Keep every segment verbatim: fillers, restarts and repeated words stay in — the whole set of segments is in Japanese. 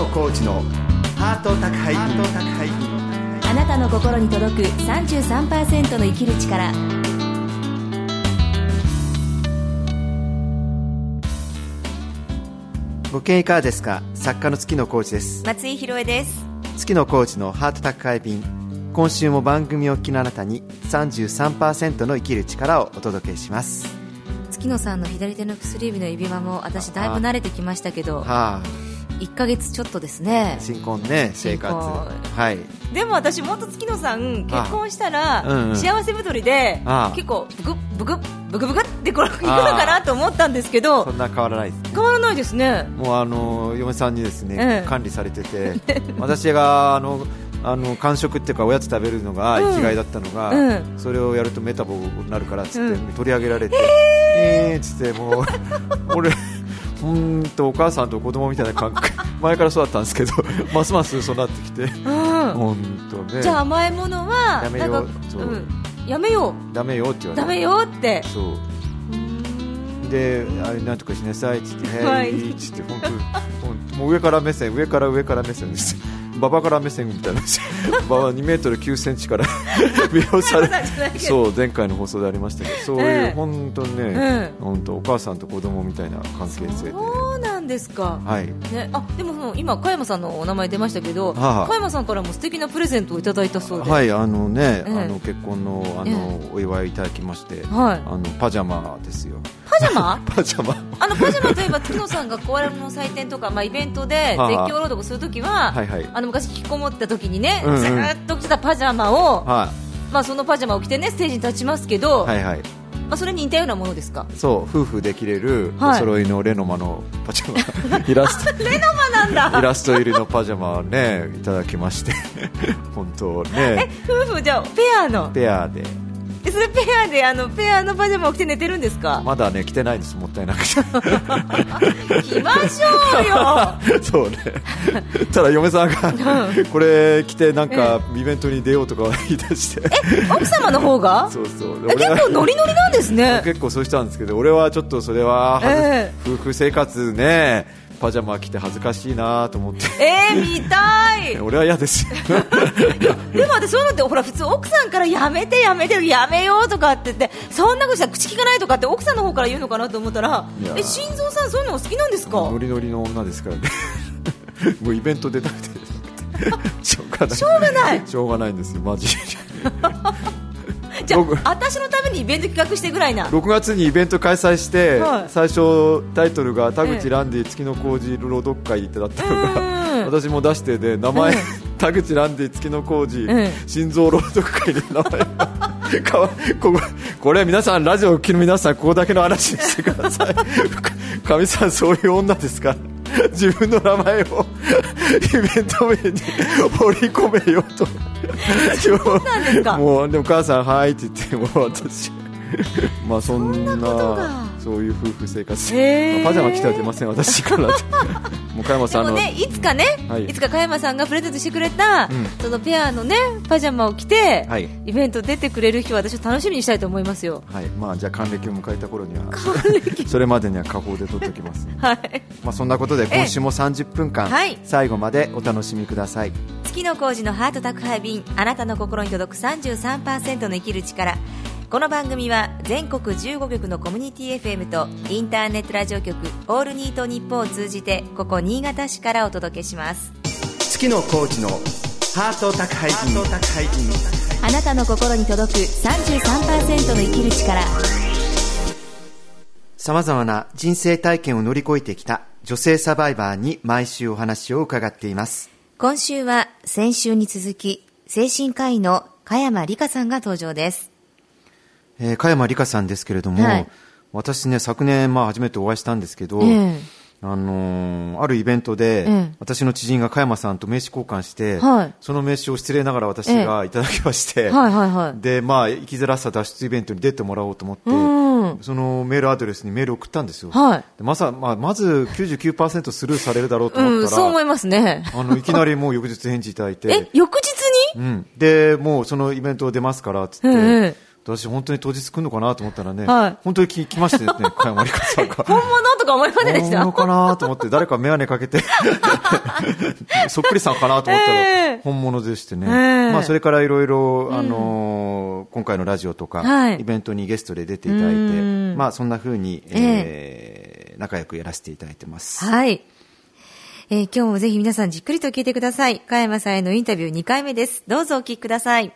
野コーチのハート宅配便。 あなたの心に届く さんじゅうさんパーセント の生きる力。 ご経営いかがですか。作家の月野コーチです。 松井宏恵です。 月野コーチのハート宅配便。今週も番組をお聞きのあなたに さんじゅうさんパーセント の生きる力をお届けします。 月野さんの左手の薬指の指輪も私だいぶ慣れてきましたけど、 はあ、 いっかげつちょっとですね。 新婚ね、生活。はい。 でも私もっと月野さん結婚したら、 うんうん、 幸せ太りで結構ブクブクブクブクってこういくのかなと思ったんですけど、 そんな変わらないです、ね、 変わらないですね。 もうあの嫁さんにですね、 ええ、 管理されてて私があのあの間食っていうかおやつ食べるのが生きがいだったのが、うんうん、それをやるとメタボになるからっつって、うん、取り上げられて、えーっつってもう俺ほんとお母さんと子供みたいな感覚前からそうだったんですけどますますそうなってきて、うん、ほんとね。 じゃあ甘いものはやめよう、そう、うん、やめようダメよって言われて、ダメよってそうで、あれなんとかしなさいっつって、はい、っつって本当もう上から目線上から上から目線ですババから目線みたいなババにメートルきゅうセンチから見下されそう前回の放送でありましたけど、そういう本当にね、えー、本当お母さんと子供みたいな関係性で。 そうなんですか、 はいね、あでも今加山さんのお名前出ましたけど、 はあ、 加山さんからも素敵なプレゼントをいただいたそうで、 はいあのね、 えー、 あの結婚のあの、えー、お祝いいただきまして、 はい、 あのパジャマですよ。 パジャマパジャマあのパジャマといえば月野さんがコアラの祭典とか、まあ、イベントで絶叫朗読するときは、はいはい、あの昔引きこもったときにね、うんうん、ずっと着てたパジャマを、はい、まあ、そのパジャマを着てねステージに立ちますけど、はいはい、まあ、それに似たようなものですか。 そう夫婦で着れるお揃いのレノマのパジャマ、はい、イラストレノマなんだイラスト入りのパジャマをねいただきまして本当ね。 え夫婦じゃあペアのペアでそれペアであのペアのパジャマを着て寝てるんですか。 まだね着てないです、もったいなくて着ましょうよそうねただ嫁さんがこれ着てなんかイベントに出ようとか言い出してえ奥様の方がそうそう結構ノリノリなんですね結構そうしたんですけど、俺はちょっとそれは、えー、夫婦生活ねパジャマ着て恥ずかしいなと思ってえー、見たい俺は嫌ですでも私そういうのってほら普通奥さんからやめてやめてやめようとかって言ってそんなことしたら口聞かないとかって奥さんの方から言うのかなと思ったら、え心臓さんそういうのお好きなんですか。 ノリノリの女ですからねもうイベント出たくてしょうがないしょうがないしょうがないんですよマジでじゃあ私のためにイベント企画してぐらいな。 ろくがつにイベント開催して、はい、最初タイトルが田口ランディ月野浩二朗読会ってだったのが、えー、私も出してで名前、えー、田口ランディ月野浩二、えー、心臓朗読会で名前がかわこここれ皆さんラジオを聴きの皆さんここだけの話にしてくださいかみさんそういう女ですか自分の名前をイベント名に放り込めようとそうなんですか。もうでお母さんはいって言ってもう私まあそん な, そんなそういう夫婦生活、まあ、パジャマ着ては出ません私からもう加山さんのでもねいつかね、はい、いつか加山さんがプレゼントしてくれた、うん、そのペアのねパジャマを着て、はい、イベント出てくれる日を私は楽しみにしたいと思いますよ。 はい、まあじゃあ還暦を迎えた頃にはそれまでには加工で撮っておきます、はい、まあそんなことで今週もさんじゅっぷんかん、はい、最後までお楽しみください。 月野浩二のハート宅配便、あなたの心に届く さんじゅうさんパーセント の生きる力。この番組は全国じゅうごきょくのコミュニティ エフエム とインターネットラジオ局オールニートニッポンを通じてここ新潟市からお届けします。 月野浩二のハート宅配便、 あなたの心に届く さんじゅうさんパーセント の生きる力。 さまざまな人生体験を乗り越えてきた女性サバイバーに毎週お話を伺っています。 今週は先週に続き精神科医の加山里香さんが登場です。 えー、加山里香さんですけれども、はい、私ね昨年、まあ、初めてお会いしたんですけど、えーあのー、あるイベントで、えー、私の知人が加山さんと名刺交換して、はい、その名刺を失礼ながら私がいただきまして、えーはいはいはい、でまあ、生きづらさ脱出イベントに出てもらおうと思って、うん、そのメールアドレスにメールを送ったんですよ、はい、で ま, さまあ、まず きゅうじゅうきゅうパーセント スルーされるだろうと思ったら、うん、 そう思いますね。 あのいきなりもう翌日返事いただいてえ翌日に、 うん、でもうそのイベント出ますからっつって、えー私本当に当日来るのかなと思ったらね、 はい、 本当に来ましてね、加山里香さんが本物とか思いませんでした？ 本物かなと思って、誰か眼鏡かけてそっくりさんかなと思ったら本物でしてね、えーまあ、それからいろいろ今回のラジオとか、はい、イベントにゲストで出ていただいて、まあ、そんな風に、えー、仲良くやらせていただいてます。 はい、えー、今日もぜひ皆さんじっくりと聞いてください。加山さんへのインタビューにかいめです。どうぞお聞きください。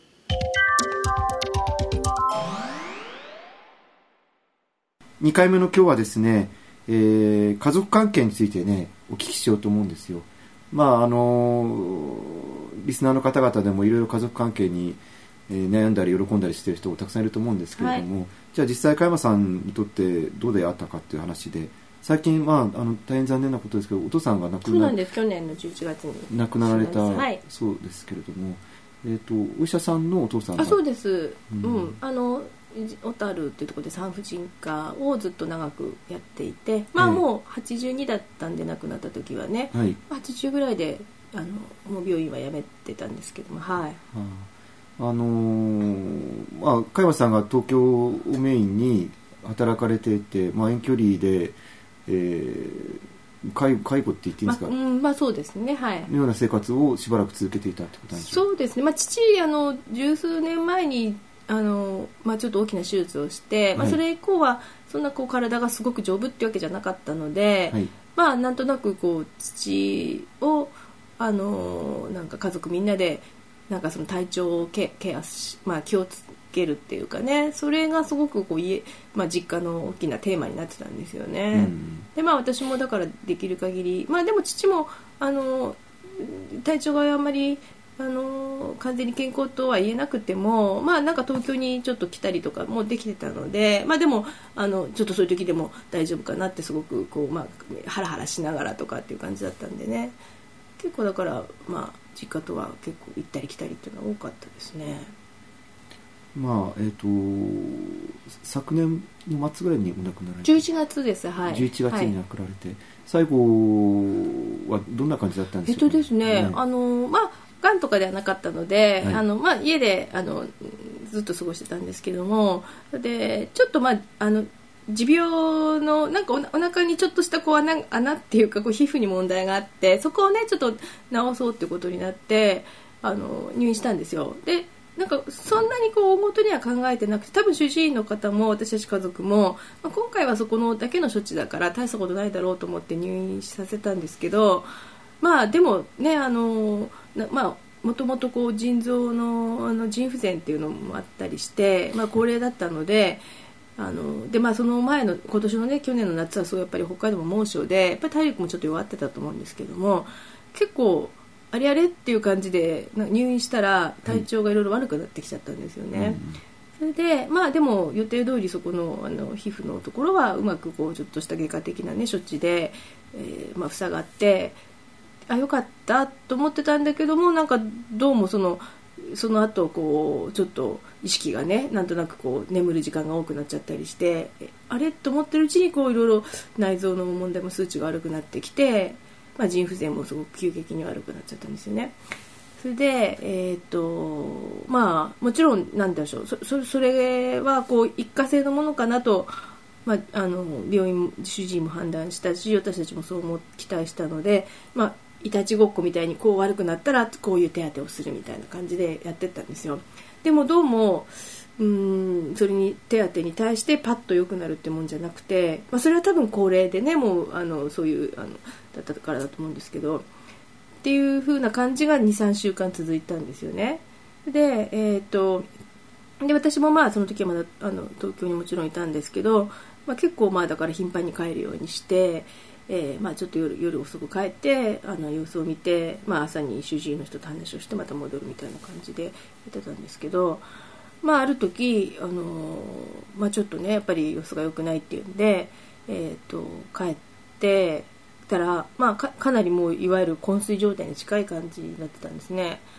にかいめの今日はですね、えー、家族関係についてねお聞きしようと思うんですよ。まああのリスナーの方々でもいろいろ家族関係に、えー、悩んだり喜んだりしている人もたくさんいると思うんですけれども、はい、じゃあ実際加山さんにとってどうであったかっていう話で、最近、まあ、あの大変残念なことですけどお父さんが亡くなそうなんです。去年のじゅういちがつに亡くなられた、 はい、 そうですけれども、えーと、お医者さんのお父さんがあそうです、うんうん、あの小樽っていうところで産婦人科をずっと長くやっていて、まあ、もうはちじゅうにだったんで亡くなった時はね、はい、はちじゅうぐらいであのもう病院は辞めてたんですけども、はい、 あのーまあ、加山さんが東京をメインに働かれていて、まあ、遠距離で、えー、介, 介護って言っていいんですか、 まあうんまあ、そうですね、はい、 のような生活をしばらく続けていたってことなんでしょうか。 そうですね、まあ、父あの十数年前にあのまあ、ちょっと大きな手術をして、はい、まあ、それ以降はそんなこう体がすごく丈夫っていうわけじゃなかったので、はい、まあ、なんとなくこう父をあのなんか家族みんなでなんかその体調をケ、ケアし、まあ、気をつけるっていうかね、それがすごくこう家、まあ、実家の大きなテーマになってたんですよね、うん、でまあ、私もだからできる限り、まあ、でも父もあの体調があんまりあの完全に健康とは言えなくても、まあ、なんか東京にちょっと来たりとかもできてたので、まあ、でもあのちょっとそういう時でも大丈夫かなってすごくこう、まあ、ハラハラしながらとかっていう感じだったんでね、結構だから、まあ、実家とは結構行ったり来たりっていうのは多かったですね。 まあえー、と昨年の末ぐらいにお亡くなられてじゅういちがつです、はい、 じゅういちがつに亡くなられて、はい、最後はどんな感じだったんでしょうか。 えっとですね、ねあのまあがんとかではなかったので、はい、あのまあ、家であのずっと過ごしてたんですけども、でちょっと、まあ、あの持病のなんか お, お腹にちょっとしたこう 穴, 穴っていうかこう皮膚に問題があって、そこをねちょっと治そうっていうことになってあの入院したんですよ。でなんかそんなにこう大元には考えてなくて、多分主治医の方も私たち家族も、まあ、今回はそこのだけの処置だから大したことないだろうと思って入院させたんですけど、まあでもねあのまあもともとこう腎臓 の, あの腎不全っていうのもあったりして、まあ、高齢だったので、あので、まあ、その前の今年のね去年の夏はそうやっぱり北海道も猛暑でやっぱり体力もちょっと弱ってたと思うんですけども、結構あれあれっていう感じで入院したら体調がいろいろ悪くなってきちゃったんですよね、はい、それでまあでも予定通りそこ の, あの皮膚のところはうまくこうちょっとした外科的な、ね、処置で、えーまあ、塞がって、あよかったと思ってたんだけども、なんかどうもそのその後こうちょっと意識がねなんとなくこう眠る時間が多くなっちゃったりして、あれと思ってるうちにこういろいろ内臓の問題も数値が悪くなってきて、まあ、腎不全もすごく急激に悪くなっちゃったんですよね。それで、えーとまあ、もちろんなんでしょう そ, そ, それはこう一過性のものかなと、まあ、あの病院主治医も判断したし、私たちもそう思期待したので、まあいたちごっこみたいにこう悪くなったらこういう手当てをするみたいな感じでやってったんですよ。でもどうもうーんそれに手当てに対してパッと良くなるってもんじゃなくて、まあ、それは多分高齢でねもうあのそういうあのだったからだと思うんですけど、っていう風な感じが にさんしゅうかん続いたんですよね。で、えー、とで私もまあその時はまだあの東京にもちろんいたんですけど、まあ、結構まあだから頻繁に帰るようにして、えーまあ、ちょっと 夜, 夜遅く帰ってあの様子を見て、まあ、朝に主治医の人と話をしてまた戻るみたいな感じでやってたんですけど、まあ、ある時、あのーまあ、ちょっとねやっぱり様子が良くないっていうんで、えー、と帰ってたら、まあ、か, かなりもういわゆる昏睡状態に近い感じになってたんですね。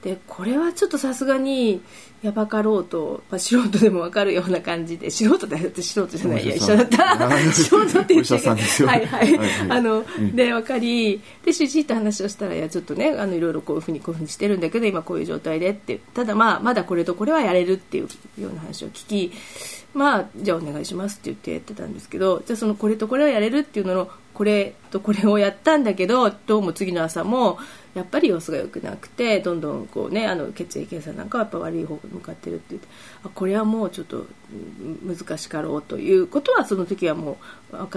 でこれはちょっとさすがにやばかろうと、まあ、素人でも分かるような感じで、素人だよって素人じゃない、いや一緒だった素人って言ってはいはい、はいはい、あの、うん、で分かり、で主治医と話をしたら、いやちょっとね、あのいろいろこういうふうにこういうふうにしてるんだけど今こういう状態でって、ただまあまだこれとこれはやれるっていうような話を聞き、まあじゃあお願いしますって言ってやってたんですけど、じゃあそのこれとこれはやれるっていうののこれとこれをやったんだけど、どうも次の朝もやっぱり様子が良くなくて、どんどんこうね、あの血液検査なんかはやっぱ悪い方向に向かってるって言って、あこれはもうちょっと難しかろうということはその時はもう分かって、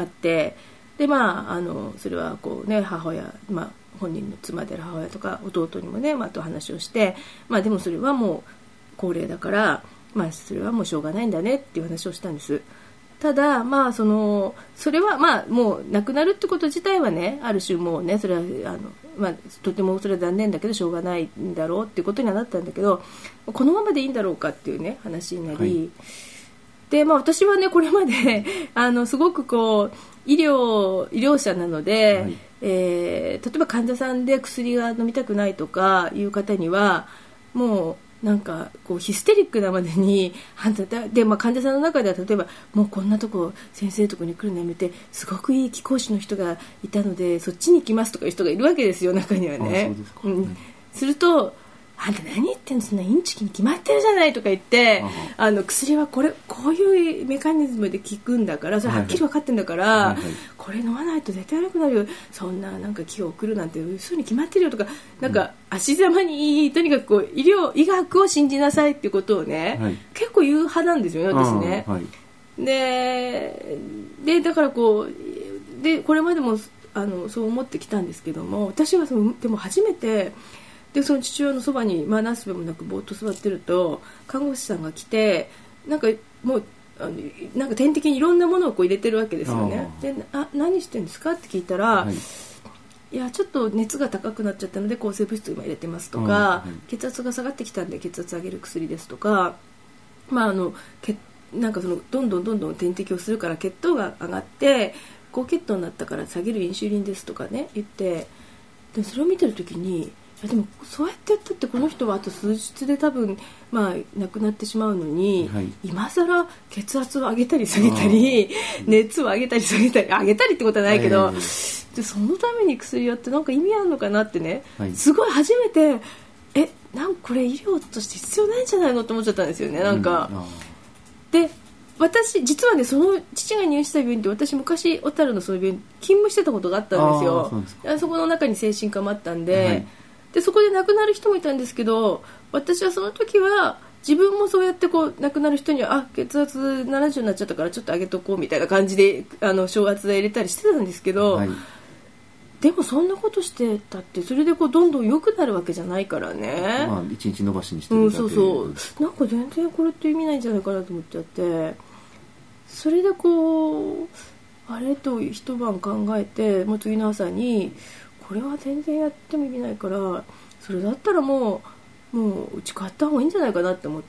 でまああのそれはこうね、母親、まあ本人の妻である母親とか弟にもね、まあ、と話をして、まあでもそれはもう高齢だから、まあそれはもうしょうがないんだねっていう話をしたんです。ただまあそのそれはまあもう亡くなるってこと自体はね、ある種もうね、それはあのまあとてもそれは残念だけどしょうがないんだろうっていうことにはなったんだけど、このままでいいんだろうかっていうね話になり、はい、でまあ私はねこれまであのすごくこう医療医療者なので、はい、えー、例えば患者さんで薬が飲みたくないとかいう方にはもうなんかこうヒステリックなまでにで、まあ、患者さんの中では例えばもうこんなとこ先生のとこに来るのやめて、すごくいい貴公子の人がいたのでそっちに行きますとかいう人がいるわけですよ、中にはね。す, うん、するとあんた何言ってんの、そんなインチキに決まってるじゃないとか言って、あの薬はこれこういうメカニズムで効くんだから、それはっきり分かってんだから、はいはい、これ飲まないと絶対悪くなるよ、そんななんか気を送るなんて嘘に決まってるよとか、なんか足ざまにいい、とにかくこう医療医学を信じなさいっていうことをね、はい、結構言う派なんですよね、私ね。はい、で, でだからこうでこれまでもあのそう思ってきたんですけども、私はそのでも初めてでその父親のそばに、まあ、なすべもなくぼーっと座ってると看護師さんが来て、なんかもうあのなんか点滴にいろんなものをこう入れてるわけですよね。であ何してるんですかって聞いたら、はい、いやちょっと熱が高くなっちゃったので抗生物質今入れてますとか、はい、血圧が下がってきたんで血圧上げる薬ですとか、まああの血なんかそのどんどんどんどん点滴をするから血糖が上がって高血糖になったから下げるインシュリンですとかね言って、でそれを見てる時に、でもそうやってやったってこの人はあと数日で多分、まあ、亡くなってしまうのに、はい、今更血圧を上げたり下げたり熱を上げたり下げたり上げたりってことはないけど、はい、でそのために薬やってなんか意味あるのかなってね、はい、すごい初めてえなんかこれ医療として必要ないんじゃないのって思っちゃったんですよね。なんか、うん、で私実はねその父が入院した病院って私昔小樽のそういう病院勤務してたことがあったんですよ。 そ, あそこの中に精神科もあったんで、はい、でそこで亡くなる人もいたんですけど、私はその時は自分もそうやってこう亡くなる人にはあ血圧ななじゅうになっちゃったからちょっと上げとこうみたいな感じであの昇圧剤入れたりしてたんですけど、はい、でもそんなことしてたってそれでこうどんどん良くなるわけじゃないからね、まあ、 一日延ばしにしてるだけ、 うん、そうそうなんか全然これって意味ないんじゃないかなと思っちゃって、それでこうあれと一晩考えてもう次の朝にこれは全然やっても意味ないからそれだったらもうもううち買った方がいいんじゃないかなって思って、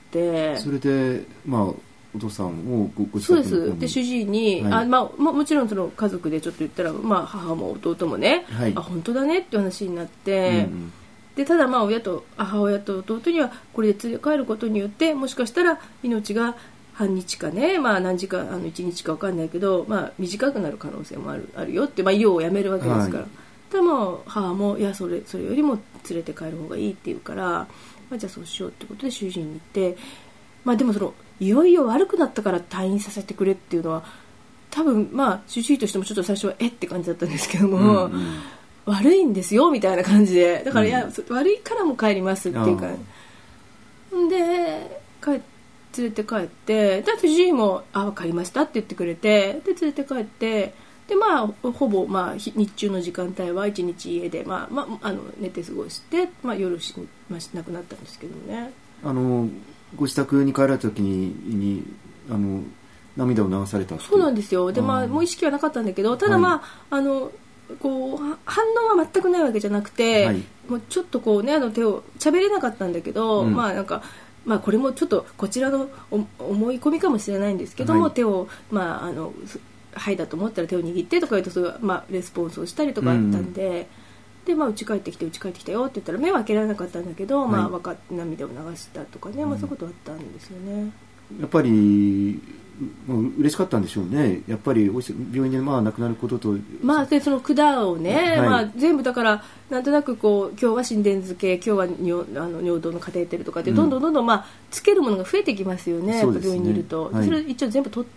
それでまあお父さんをごごそうですで主治医に、はい、あまあ、も, もちろんその家族でちょっと言ったら、まあ、母も弟もね、はい、あ本当だねって話になって、うんうん、でただまあ親と母親と弟にはこれで連れ帰ることによってもしかしたら命が半日かね、まあ、何時間あのいちにちか分かんないけど、まあ、短くなる可能性もあ る, あるよって、まあ、医療をやめるわけですから、はい、でも母もいやそれそれよりも連れて帰る方がいいって言うから、まあ、じゃあそうしようってことで主治医に行って、まあ、でもそのいよいよ悪くなったから退院させてくれっていうのは多分まあ主治医としてもちょっと最初はえって感じだったんですけども、うんうん、悪いんですよみたいな感じでだから、うん、いや悪いからも帰りますっていうかで帰って連れて帰ってで主治医もあ分かりましたって言ってくれてで連れて帰ってで、まあ、ほぼ、まあ、日中の時間帯は一日家で、まあまあ、あの寝て過ごして、まあ、夜し、まあ、亡くなったんですけどね。 あのご自宅に帰られた時に、にあの涙を流された。 そうなんですよ。で、まあ、もう意識はなかったんだけどただ、まあはい、あのこう反応は全くないわけじゃなくて、はい、もうちょっとこうねあの手を喋れなかったんだけど、うん、まあなんかまあ、これもちょっとこちらの思い込みかもしれないんですけども、はい、手を、まあ、あのはいだと思ったら手を握ってとか言うとそういう、まあ、レスポンスをしたりとかあったんで、うん、 で、まあ、家帰ってきて家帰ってきたよって言ったら目は開けられなかったんだけど、はい、まあ、わか涙を流したとかね、まあ、そういうことあったんですよね。 やっぱりもう嬉しかったんでしょうね。やっぱり病院でまあ亡くなることと、 まあ、でその管をね、はいまあ、全部だからなんとなくこう今日は心電図計、今日は尿あの尿道のカテーテルとかでどんどんどんどん、まあ、つけるものが増えてきますよね、やっぱ病院にいると。 そ,、ねはい、それ一応全部取って、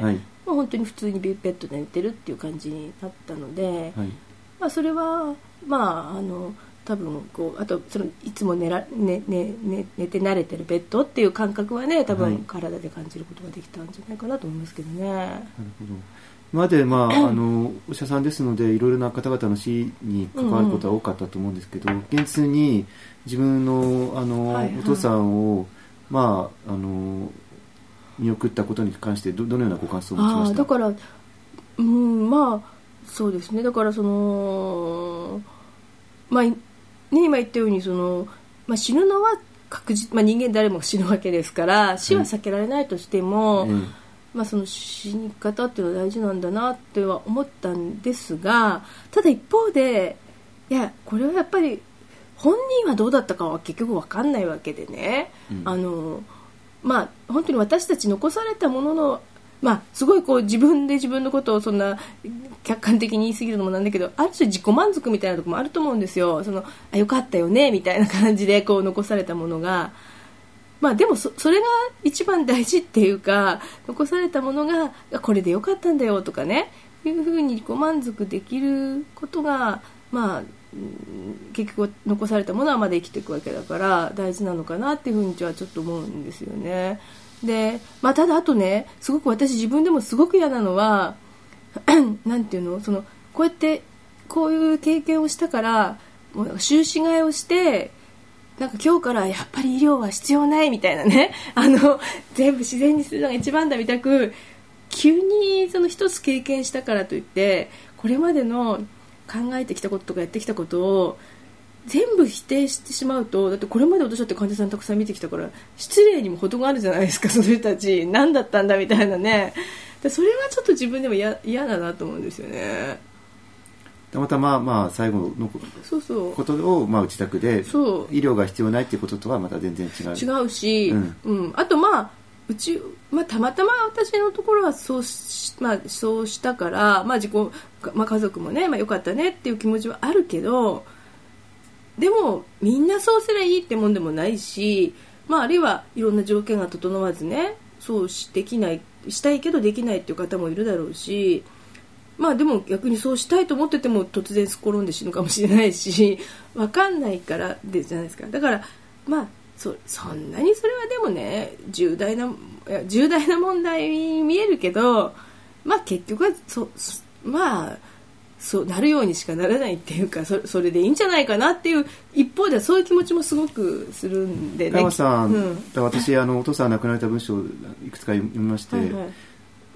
はい、もう本当に普通にベッドで寝てるっていう感じになったので、はいまあ、それはまああの多分こうあとそのいつも寝ら、ねねね、寝て慣れてるベッドっていう感覚はね多分体で感じることができたんじゃないかなと思いますけどね。なるほど。今まで、まあ、あのお医者さんですのでいろいろな方々の死に関わることは多かったと思うんですけど、うんうん、現実に自分の、あの、はいはい、お父さんを、まあ、あの見送ったことに関して ど, どのようなご感想を持ちました？ あだから、うん、まあそうですね。だからそのまあね、今言ったようにその、まあ、死ぬのは確実、まあ、人間誰もが死ぬわけですから死は避けられないとしても、うんまあ、その死に方っていうのは大事なんだなっては思ったんですが、ただ一方でいやこれはやっぱり本人はどうだったかは結局分かんないわけでね、うん、あのまあ本当に私たち残されたもののまあ、すごいこう自分で自分のことをそんな客観的に言い過ぎるのもなんだけどある種自己満足みたいなところもあると思うんですよ。そのあよかったよねみたいな感じでこう残されたものが、まあ、でも そ, それが一番大事っていうか残されたものがこれでよかったんだよとかねいうふうに自己満足できることが、まあ、結局残されたものはまだ生きていくわけだから大事なのかなっていうふうにはちょっと思うんですよね。でまあ、ただあとねすごく私自分でもすごく嫌なのはなんていうのそのこうやってこういう経験をしたからもう終始替えをしてなんか今日からやっぱり医療は必要ないみたいなねあの全部自然にするのが一番だみたく急にその一つ経験したからといってこれまでの考えてきたこととかやってきたことを全部否定してしまうとだってこれまで私だって患者さんたくさん見てきたから失礼にも程があるじゃないですか。その人たち何だったんだみたいなね。でそれはちょっと自分でも嫌だなと思うんですよね。 たまたま、まあ、最後のことを、まあ、自宅で医療が必要ないっていうこととはまた全然違う違うし、うんうん、あとまあうち、まあ、たまたま私のところはそうし、まあ、そうしたから、まあ自己まあ、家族もね、まあ、よかったねっていう気持ちはあるけどでもみんなそうすればいいってもんでもないし、まあ、あるいはいろんな条件が整わずねそうしできないしたいけどできないっていう方もいるだろうし、まあ、でも逆にそうしたいと思ってても突然すっ転んで死ぬかもしれないし分かんないからでじゃないですか。だからまあ そ, そんなにそれはでもね重大な重大な問題に見えるけど、まあ、結局はそまあそうなるようにしかならないっていうか そ, それでいいんじゃないかなっていう一方ではそういう気持ちもすごくするんでね。 山さん、うん、私あのお父さん亡くなられた文章をいくつか読みまして、はいはい、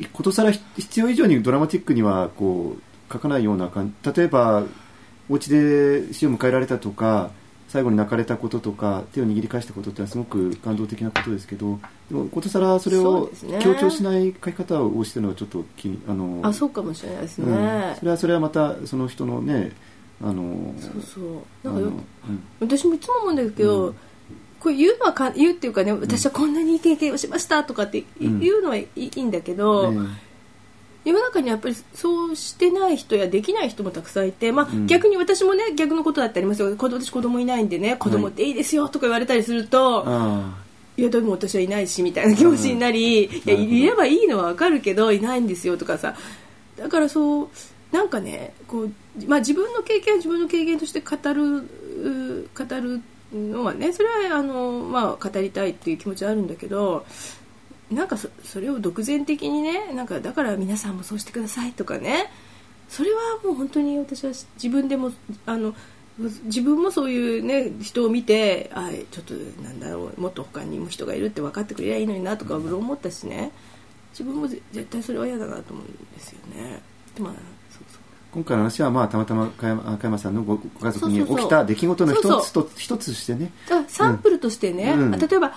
ことさら必要以上にドラマチックにはこう書かないような感じ。例えばお家で死を迎えられたとか最後に泣かれたこととか手を握り返したことってのはすごく感動的なことですけどでもことさらそれを強調しない書き方をしてるのはちょっと気あのあそうかもしれないですね、 うん、それはそれはまたその人のねあのそうそうなんかよ、うん、私もいつも思うんだけど、うん、こう言うのはか言うっていうかね私はこんなにいい経験をしましたとかって言うのはいいんだけど、うんね世の中にやっぱりそうしてない人やできない人もたくさんいて、まあうん、逆に私もね逆のことだってありますよ。私子供いないんでね子供っていいですよとか言われたりすると、はい、いやでも私はいないしみたいな気持ちになり、いやいればいいのは分かるけどいないんですよとかさだからそうなんかねこう、まあ、自分の経験は自分の経験として語る語るのはねそれはあの、まあ、語りたいっていう気持ちはあるんだけどなんか そ, それを独善的にねなんかだから皆さんもそうしてくださいとかねそれはもう本当に私は自分でもあの自分もそういう、ね、人を見てあちょっとなんだろうもっと他にも人がいるって分かってくれりゃいいのになとか思ったしね自分も絶対それは嫌だなと思うんですよね。で、まあ今回の話は、まあ、たまたま加山、加山さんの ご, ご家族に起きた出来事の一つと一つとしてねサンプルとしてね、うん、例えばあ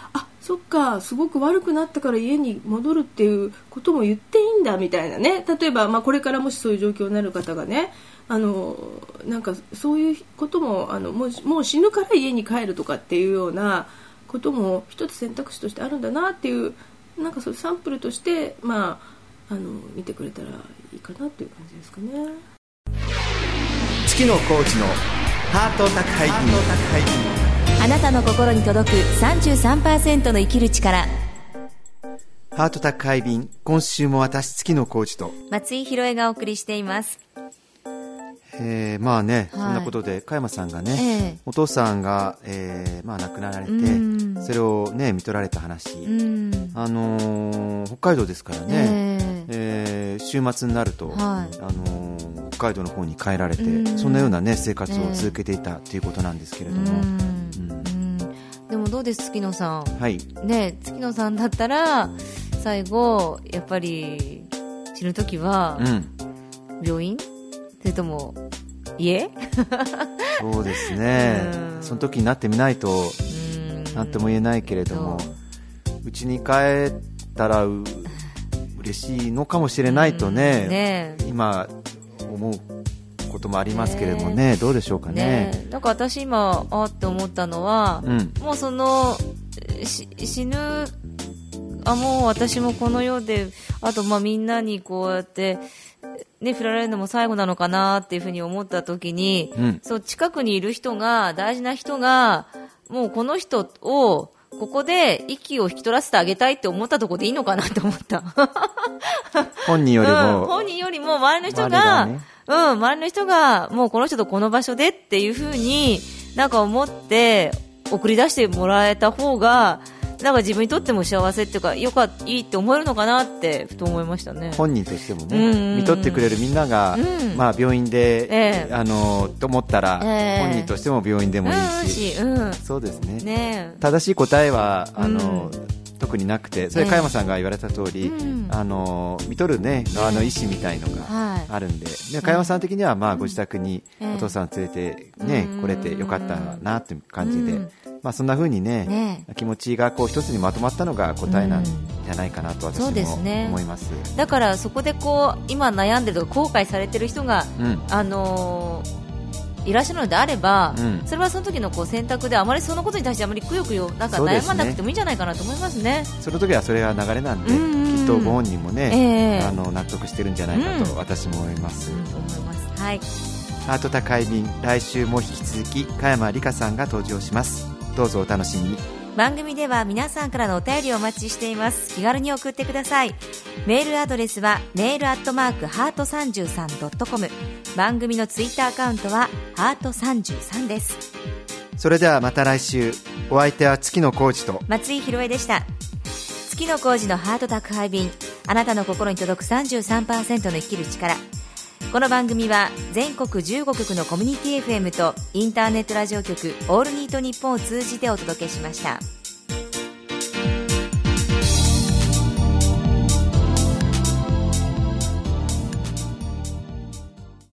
そっかすごく悪くなったから家に戻るっていうことも言っていいんだみたいなね。例えば、まあ、これからもしそういう状況になる方がね、あのなんかそういうこともあのもう、もう死ぬから家に帰るとかっていうようなことも一つ選択肢としてあるんだなっていう、なんかそういうサンプルとして、まあ、あの見てくれたらいいかなっていう感じですかね。 月野コーチのハート宅配便。 あなたの心に届く さんじゅうさんパーセント の生きる力。 ハート宅配便、今週も私月野コーチと松井宏恵がお送りしています。 えー、まあね、 はい、 そんなことで加山さんがね、 えー、 お父さんが、えーまあ、亡くなられて、それをね見取られた話、あのー、北海道ですからね、えーえー、週末になると、はい、あのー、北海道の方に帰られて、そんなような、ね、生活を続けていたということなんですけれども、うんうん、 でもどうです月野さん、 はいね、月野さんだったら最後やっぱり死ぬ時は、うん、病院それとも家そうですね、その時になってみないとなんとも言えないけれども、うちに帰ったらう嬉しいのかもしれないと ね, ね今思うこともありますけれども ね, ねどうでしょうか ね, ねだから私今あって思ったのは、うん、もうその死ぬあもう私もこの世であとまあみんなにこうやってね、振られるのも最後なのかなっていうふうに思った時に、うん、そう近くにいる人が大事な人がもうこの人をここで息を引き取らせてあげたいって思ったところでいいのかなって思った本人よりも、 うん、本人よりも周りの人が、ね、うん、周りの人がもうこの人とこの場所でっていうふうになんか思って送り出してもらえた方がなんか自分にとっても幸せっていうかよかったいいって思えるのかなってふと思いましたね。 本人としてもね、うんうん、見とってくれるみんなが、うんまあ、病院で、えー、あのと思ったら、えー、本人としても病院でもいいし、うんうん、そうです ね, ね正しい答えはあの、うん、特になくてそれ加山さんが言われた通り、えー、あの見とる、ね、側の意思みたいのがあるんで、えー、で加山さん的には、まあ、ご自宅にお父さんを連れて、ねえー、来れてよかったなっていう感じで、うんまあ、そんな風に ね, ね気持ちがこう一つにまとまったのが答えなんじゃないかなと私も思います、 ね、だからそこでこう今悩んでるとか後悔されてる人が、うんあのー、いらっしゃるのであれば、うん、それはその時のこう選択であまりそのことに対してあまりくよくよなんか悩まなくてもいいんじゃないかなと思いますね。 その時はそれが流れなんで、うんうん、きっとご本人も、ねえー、あの納得してるんじゃないかと私も思います、うんうん、思います、はい、ハート宅配便来週も引き続き加山里香さんが登場します。どうぞお楽しみに。 番組では皆さんからのお便りをお待ちしています。気軽に送ってください。メールアドレスはメールアットマークハートさんじゅうさんドットコム、番組のツイッターアカウントはハートさんじゅうさんです。 それではまた来週。お相手は月野浩二と松井宏恵でした。月野浩二のハート宅配便、あなたの心に届く さんじゅうさんパーセント の生きる力。この番組は全国じゅうごきょくのコミュニティ エフエム とインターネットラジオ局オールニートニッポンを通じてお届けしました。